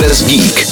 Express Geek.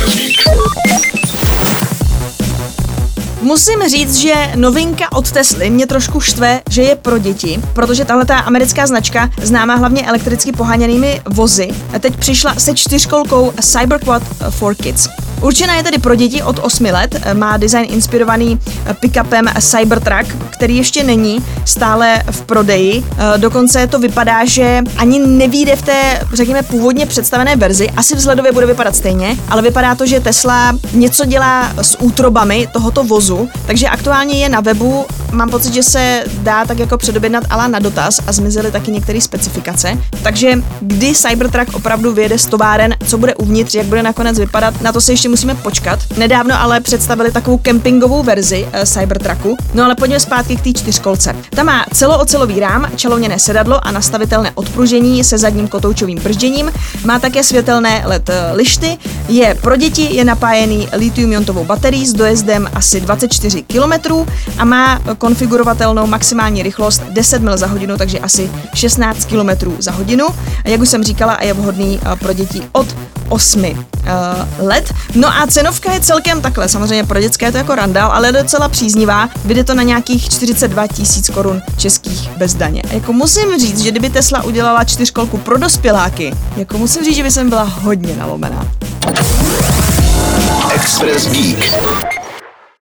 Musím říct, že novinka od Tesly mě trošku štve, že je pro děti, protože tahleta americká značka, známá hlavně elektricky poháněnými vozy, teď přišla se 4kolkou Cyberquad for Kids. Určená je tedy pro děti od 8 let, má design inspirovaný pick-upem Cybertruck, který ještě není stále v prodeji. Dokonce to vypadá, že ani nevyjde v té, řekněme, původně představené verzi, asi vzhledově bude vypadat stejně, ale vypadá to, že Tesla něco dělá s útrobami tohoto vozu, takže aktuálně je na webu, mám pocit, že se dá tak jako předobjednat ala na dotaz a zmizely taky některé specifikace, takže kdy Cybertruck opravdu vyjede z továren, co bude uvnitř, jak bude nakonec vypadat, na to se ještě musíme počkat. Nedávno ale představili takovou kempingovou verzi Cybertrucku, no ale pojďme zpátky k té 4kolce. Ta má celoocelový rám, čalouněné sedadlo a nastavitelné odpružení se zadním kotoučovým bržděním, má také světelné LED lišty, je pro děti, je napájený litium-iontovou baterií s dojezdem asi 24 km a má konfigurovatelnou maximální rychlost 10 mil za hodinu, takže asi 16 km za hodinu. Jak už jsem říkala, a je vhodný pro děti od 8 let. No a cenovka je celkem takhle, samozřejmě pro dětské je to jako randál, ale docela příznivá, vyjde to na nějakých 42 000 korun českých bez daně. A jako musím říct, že kdyby Tesla udělala 4kolku pro dospěláky, jako musím říct, že by jsem byla hodně nalomená. Express Geek.